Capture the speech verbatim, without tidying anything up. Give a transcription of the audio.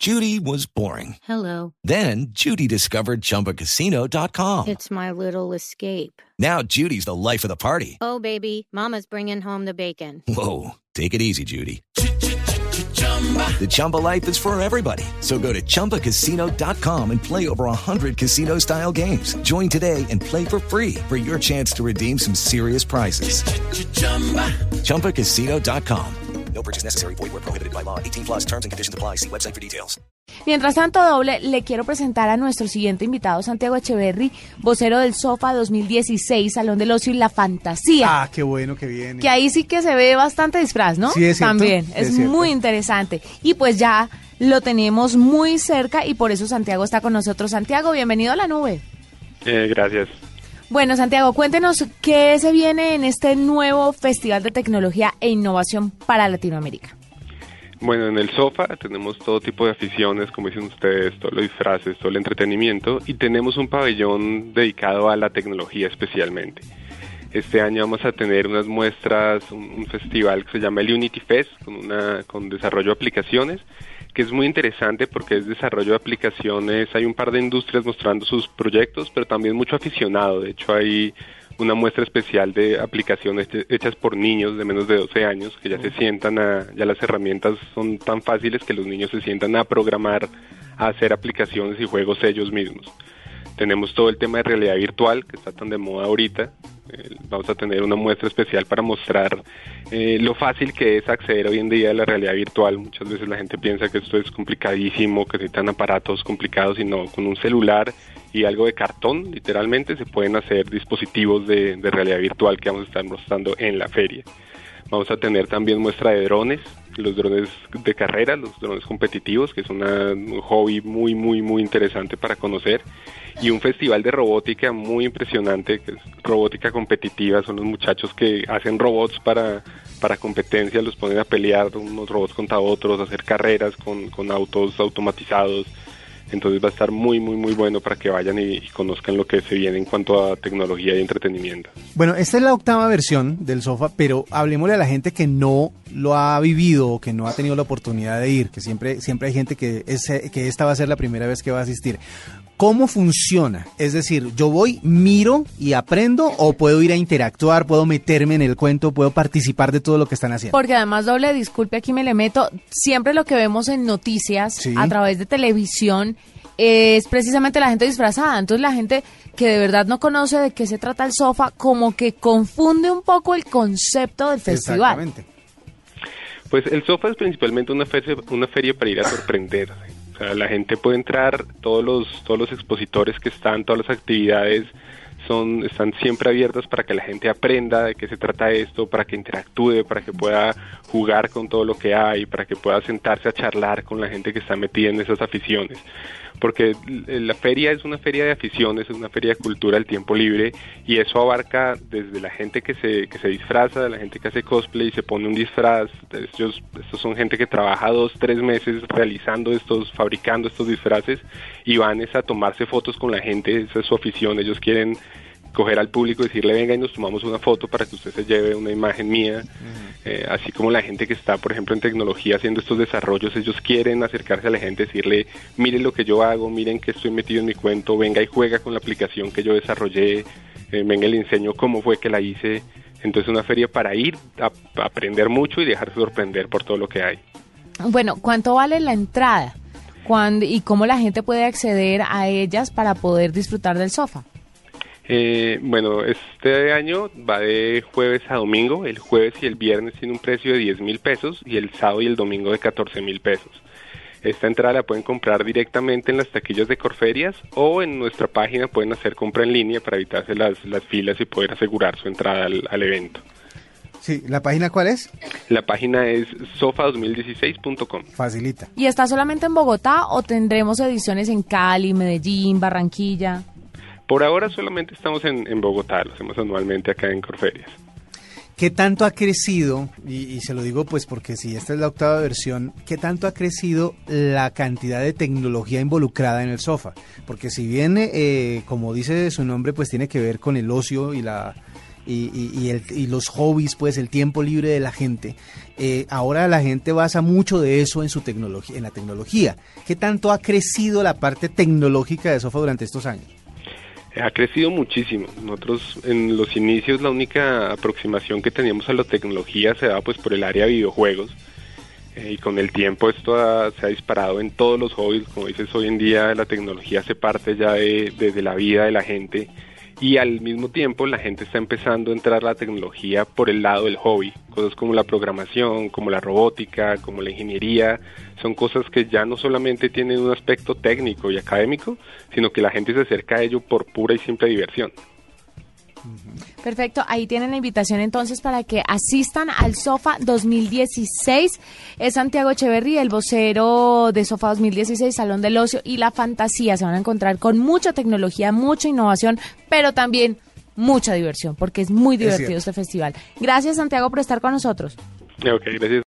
Judy was boring. Hello. Then Judy discovered Chumba Casino dot com. It's my little escape. Now Judy's the life of the party. Oh, baby, mama's bringing home the bacon. Whoa, take it easy, Judy. The Chumba life is for everybody. So go to Chumba Casino dot com and play over one hundred casino-style games. Join today and play for free for your chance to redeem some serious prizes. Chumba Casino dot com. No purchase necessary. Void where prohibited by law. eighteen plus terms and conditions apply. See website for details. Mientras tanto, Doble, le quiero presentar a nuestro siguiente invitado, Santiago Echeverry, vocero del SOFA dos mil dieciséis, Salón del Ocio y la Fantasía. Ah, qué bueno que viene. Que ahí sí que se ve bastante disfraz, ¿no? Sí, es cierto. También, es, es muy interesante. Y pues ya lo tenemos muy cerca y por eso Santiago está con nosotros. Santiago, bienvenido a La Nube. Eh, gracias. Bueno, Santiago, cuéntenos qué se viene en este nuevo Festival de Tecnología e Innovación para Latinoamérica. Bueno, en el SOFA tenemos todo tipo de aficiones, como dicen ustedes, todos los disfraces, todo el entretenimiento, y tenemos un pabellón dedicado a la tecnología especialmente. Este año vamos a tener unas muestras, un, un festival que se llama el Unity Fest, con, una, con desarrollo de aplicaciones, que es muy interesante porque es desarrollo de aplicaciones. Hay un par de industrias mostrando sus proyectos, pero también mucho aficionado. De hecho, hay una muestra especial de aplicaciones hechas por niños de menos de doce años, que ya se sientan a, ya las herramientas son tan fáciles que los niños se sientan a programar, a hacer aplicaciones y juegos ellos mismos. Tenemos todo el tema de realidad virtual, que está tan de moda ahorita. Eh, vamos a tener una muestra especial para mostrar eh, lo fácil que es acceder hoy en día a la realidad virtual. Muchas veces la gente piensa que esto es complicadísimo, que necesitan aparatos complicados, y no, con un celular y algo de cartón, literalmente, se pueden hacer dispositivos de, de realidad virtual que vamos a estar mostrando en la feria. Vamos a tener también muestra de drones, los drones de carrera, los drones competitivos, que es una, un hobby muy, muy, muy interesante para conocer, y un festival de robótica muy impresionante, que es robótica competitiva. Son los muchachos que hacen robots para, para competencia, los ponen a pelear unos robots contra otros, a hacer carreras con, con autos automatizados. Entonces va a estar muy, muy, muy bueno para que vayan y, y conozcan lo que se viene en cuanto a tecnología y entretenimiento. Bueno, esta es la octava versión del SOFA, pero hablemosle a la gente que no lo ha vivido o que no ha tenido la oportunidad de ir, que siempre, siempre hay gente que, es, que esta va a ser la primera vez que va a asistir. ¿Cómo funciona? Es decir, ¿yo voy, miro y aprendo, o puedo ir a interactuar, puedo meterme en el cuento, puedo participar de todo lo que están haciendo? Porque además, Doble, disculpe, aquí me le meto, siempre lo que vemos en noticias, sí, a través de televisión, es precisamente la gente disfrazada. Entonces la gente que de verdad no conoce de qué se trata el SOFA, como que confunde un poco el concepto del festival. Exactamente. Pues el SOFA es principalmente una feria, una feria para ir a sorprender. O sea, la gente puede entrar, todos los todos los expositores que están, todas las actividades son están siempre abiertas para que la gente aprenda de qué se trata esto, para que interactúe, para que pueda jugar con todo lo que hay, para que pueda sentarse a charlar con la gente que está metida en esas aficiones. Porque la feria es una feria de aficiones, es una feria de cultura al tiempo libre, y eso abarca desde la gente que se que se disfraza, la gente que hace cosplay y se pone un disfraz. Estos, estos son gente que trabaja dos, tres meses realizando estos, fabricando estos disfraces, y van es a tomarse fotos con la gente. Esa es su afición. Ellos quieren coger al público y decirle: venga y nos tomamos una foto para que usted se lleve una imagen mía. Uh-huh. Eh, así como la gente que está, por ejemplo, en tecnología haciendo estos desarrollos, ellos quieren acercarse a la gente, decirle: miren lo que yo hago, miren que estoy metido en mi cuento, venga y juega con la aplicación que yo desarrollé, eh, venga y le enseño cómo fue que la hice. Entonces, una feria para ir a, a aprender mucho y dejarse sorprender por todo lo que hay. Bueno, ¿cuánto vale la entrada? ¿Cuándo, y cómo la gente puede acceder a ellas para poder disfrutar del SOFA? Eh, bueno, este año va de jueves a domingo. El jueves y el viernes tiene un precio de diez mil pesos y el sábado y el domingo de catorce mil pesos. Esta entrada la pueden comprar directamente en las taquillas de Corferias, o en nuestra página pueden hacer compra en línea para evitarse las, las filas y poder asegurar su entrada al, al evento. Sí, ¿la página cuál es? La página es sofa dos mil dieciséis punto com. Facilita. ¿Y está solamente en Bogotá o tendremos ediciones en Cali, Medellín, Barranquilla? Por ahora solamente estamos en, en Bogotá, lo hacemos anualmente acá en Corferias. ¿Qué tanto ha crecido, y, y se lo digo pues porque si esta es la octava versión, qué tanto ha crecido la cantidad de tecnología involucrada en el SOFA? Porque si bien, eh, como dice su nombre, pues tiene que ver con el ocio y la y, y, y, el, y los hobbies, pues el tiempo libre de la gente, eh, ahora la gente basa mucho de eso en su tecnología, en la tecnología. ¿Qué tanto ha crecido la parte tecnológica de Sofa durante estos años? Ha crecido muchísimo. Nosotros en los inicios la única aproximación que teníamos a la tecnología se daba pues por el área de videojuegos, eh, y con el tiempo esto ha, se ha disparado en todos los hobbies. Como dices, hoy en día la tecnología hace parte ya de, de, de la vida de la gente, y al mismo tiempo la gente está empezando a entrar a la tecnología por el lado del hobby. Cosas como la programación, como la robótica, como la ingeniería, son cosas que ya no solamente tienen un aspecto técnico y académico, sino que la gente se acerca a ello por pura y simple diversión. Perfecto, ahí tienen la invitación entonces para que asistan al Sofa dos mil dieciséis. Es Santiago Echeverry, el vocero de Sofa dos mil dieciséis, Salón del Ocio y la Fantasía. Se van a encontrar con mucha tecnología, mucha innovación, pero también mucha diversión, porque es muy divertido este festival. Gracias, Santiago, por estar con nosotros. Ok, gracias.